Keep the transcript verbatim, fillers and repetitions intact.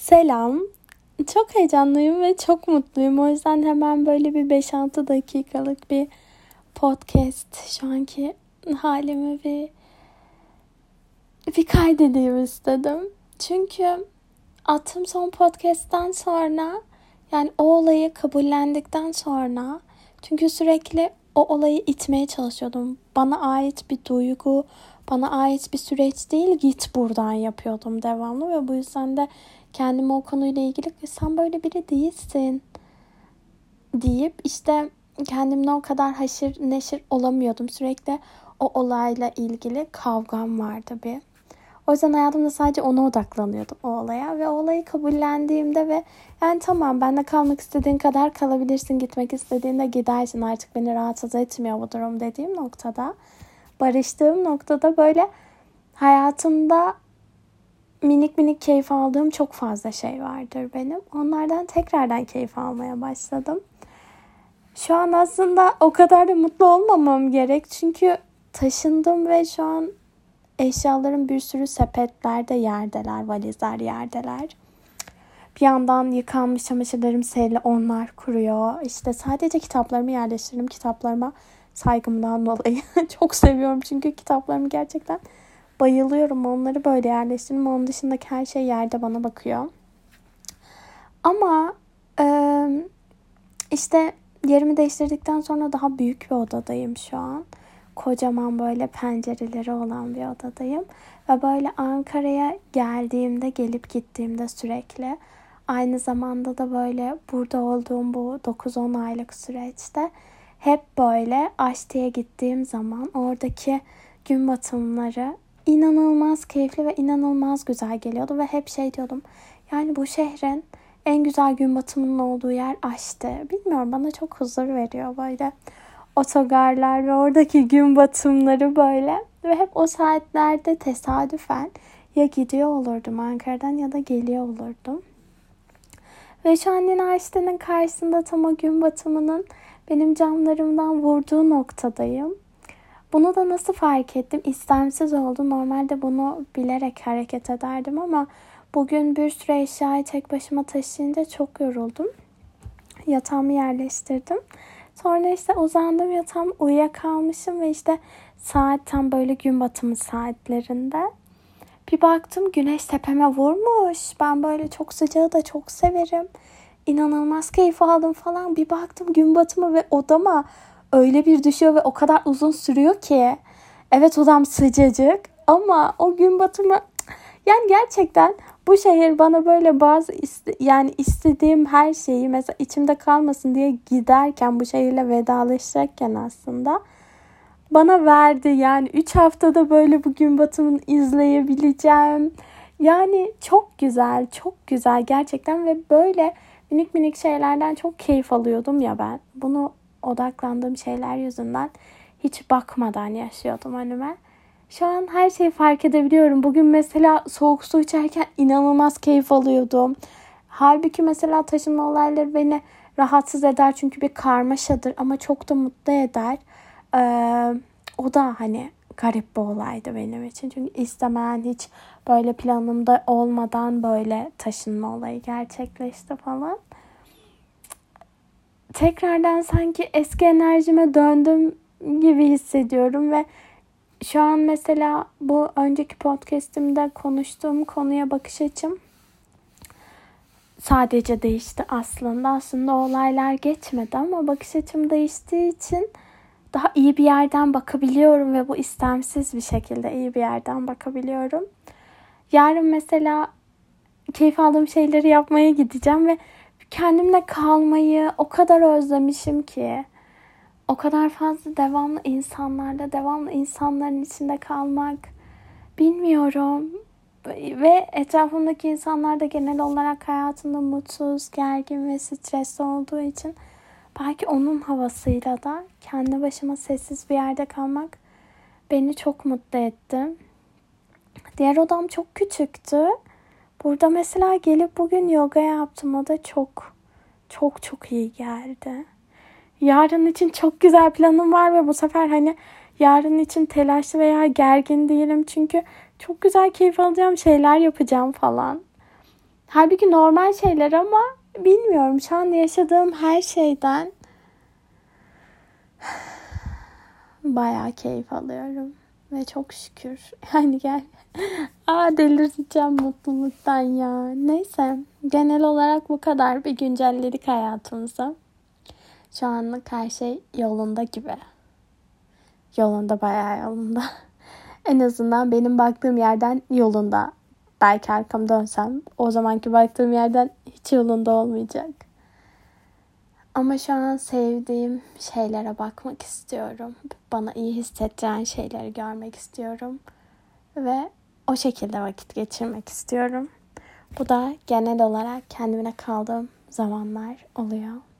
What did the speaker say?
Selam. Çok heyecanlıyım ve çok mutluyum. O yüzden hemen böyle bir beş altı dakikalık bir podcast, şu anki halimi bir, bir kaydedeyim istedim. Çünkü attığım son podcast'ten sonra, yani o olayı kabullendikten sonra, çünkü sürekli o olayı itmeye çalışıyordum. Bana ait bir duygu, bana ait bir süreç değil, git buradan yapıyordum devamlı ve bu yüzden de kendime o konuyla ilgili sen böyle biri değilsin deyip işte kendimle o kadar haşır neşir olamıyordum. Sürekli o olayla ilgili kavgam vardı bir. O yüzden hayatımda sadece ona odaklanıyordum, o olaya. Ve o olayı kabullendiğimde ve yani tamam, benimle kalmak istediğin kadar kalabilirsin, gitmek istediğinde gidersin, artık beni rahatsız etmiyor bu durum dediğim noktada, barıştığım noktada böyle hayatımda minik minik keyif aldığım çok fazla şey vardır benim. Onlardan tekrardan keyif almaya başladım. Şu an aslında o kadar da mutlu olmamam gerek. Çünkü taşındım ve şu an eşyalarım bir sürü sepetlerde yerdeler, valizler yerdeler. Bir yandan yıkanmış çamaşırlarım serili, onlar kuruyor. İşte sadece kitaplarımı yerleştirdim. Kitaplarıma saygımdan dolayı çok seviyorum. Çünkü kitaplarımı gerçekten bayılıyorum. Onları böyle yerleştirdim. Onun dışındaki her şey yerde bana bakıyor. Ama işte yerimi değiştirdikten sonra daha büyük bir odadayım şu an. Kocaman böyle pencereleri olan bir odadayım. Ve böyle Ankara'ya geldiğimde, gelip gittiğimde sürekli, aynı zamanda da böyle burada olduğum bu dokuz on aylık süreçte hep böyle Aşti'ye gittiğim zaman oradaki gün batımları inanılmaz keyifli ve inanılmaz güzel geliyordu. Ve hep şey diyordum, yani bu şehrin en güzel gün batımının olduğu yer Aşti. Bilmiyorum, bana çok huzur veriyor böyle otogarlar ve oradaki gün batımları böyle. Ve hep o saatlerde tesadüfen ya gidiyor olurdum Ankara'dan ya da geliyor olurdum. Ve şu an yine Aşti'nin karşısında tam o gün batımının benim camlarımdan vurduğu noktadayım. Bunu da nasıl fark ettim? İstemsiz oldu. Normalde bunu bilerek hareket ederdim ama bugün bir sürü eşyayı tek başıma taşıyınca çok yoruldum. Yatağımı yerleştirdim. Sonra işte uzandım, yatağım, uyuyakalmışım ve işte saat tam böyle gün batımı saatlerinde. Bir baktım güneş tepeme vurmuş. Ben böyle çok sıcağı da çok severim. İnanılmaz keyif aldım falan. Bir baktım gün batımı ve odama öyle bir düşüyor ve o kadar uzun sürüyor ki. Evet, odam sıcacık ama o gün batımı, yani gerçekten bu şehir bana böyle bazı iste, yani istediğim her şeyi, mesela içimde kalmasın diye giderken, bu şehirle vedalaşacakken aslında bana verdi. Yani üç haftada böyle bu gün batımını izleyebileceğim. Yani çok güzel, çok güzel gerçekten. Ve böyle minik minik şeylerden çok keyif alıyordum ya ben. Bunu odaklandığım şeyler yüzünden hiç bakmadan yaşıyordum önüme. Şu an her şeyi fark edebiliyorum. Bugün mesela soğuk su içerken inanılmaz keyif alıyordum. Halbuki mesela taşınma olayları beni rahatsız eder. Çünkü bir karmaşadır ama çok da mutlu eder. Ee, o da hani garip bir olaydı benim için. Çünkü istemeyen, hiç böyle planımda olmadan böyle taşınma olayı gerçekleşti falan. Tekrardan sanki eski enerjime döndüm gibi hissediyorum ve şu an mesela bu önceki podcast'imde konuştuğum konuya bakış açım sadece değişti aslında. Aslında olaylar geçmedi ama bakış açım değiştiği için daha iyi bir yerden bakabiliyorum ve bu istemsiz bir şekilde iyi bir yerden bakabiliyorum. Yarın mesela keyif aldığım şeyleri yapmaya gideceğim ve kendimle kalmayı o kadar özlemişim ki. O kadar fazla devamlı insanlarla, devamlı insanların içinde kalmak, bilmiyorum. Ve etrafımdaki insanlar da genel olarak hayatında mutsuz, gergin ve stresli olduğu için belki onun havasıyla da kendi başıma sessiz bir yerde kalmak beni çok mutlu etti. Diğer odam çok küçüktü. Burada mesela gelip bugün yoga yaptım. O da çok çok çok iyi geldi. Yarın için çok güzel planım var ve bu sefer hani yarın için telaşlı veya gergin değilim. Çünkü çok güzel keyif alacağım şeyler yapacağım falan. Halbuki normal şeyler ama bilmiyorum, şu an yaşadığım her şeyden bayağı keyif alıyorum. Ve çok şükür. Yani gel. Aa, delireceğim mutluluktan ya. Neyse. Genel olarak bu kadar. Bir güncelledik hayatımıza. Şu anlık her şey yolunda gibi. Yolunda, bayağı yolunda. En azından benim baktığım yerden yolunda. Belki arkamı dönsem o zamanki baktığım yerden hiç yolunda olmayacak. Ama şu an sevdiğim şeylere bakmak istiyorum. Bana iyi hissettiren şeyleri görmek istiyorum. Ve o şekilde vakit geçirmek istiyorum. Bu da genel olarak kendimle kaldığım zamanlar oluyor.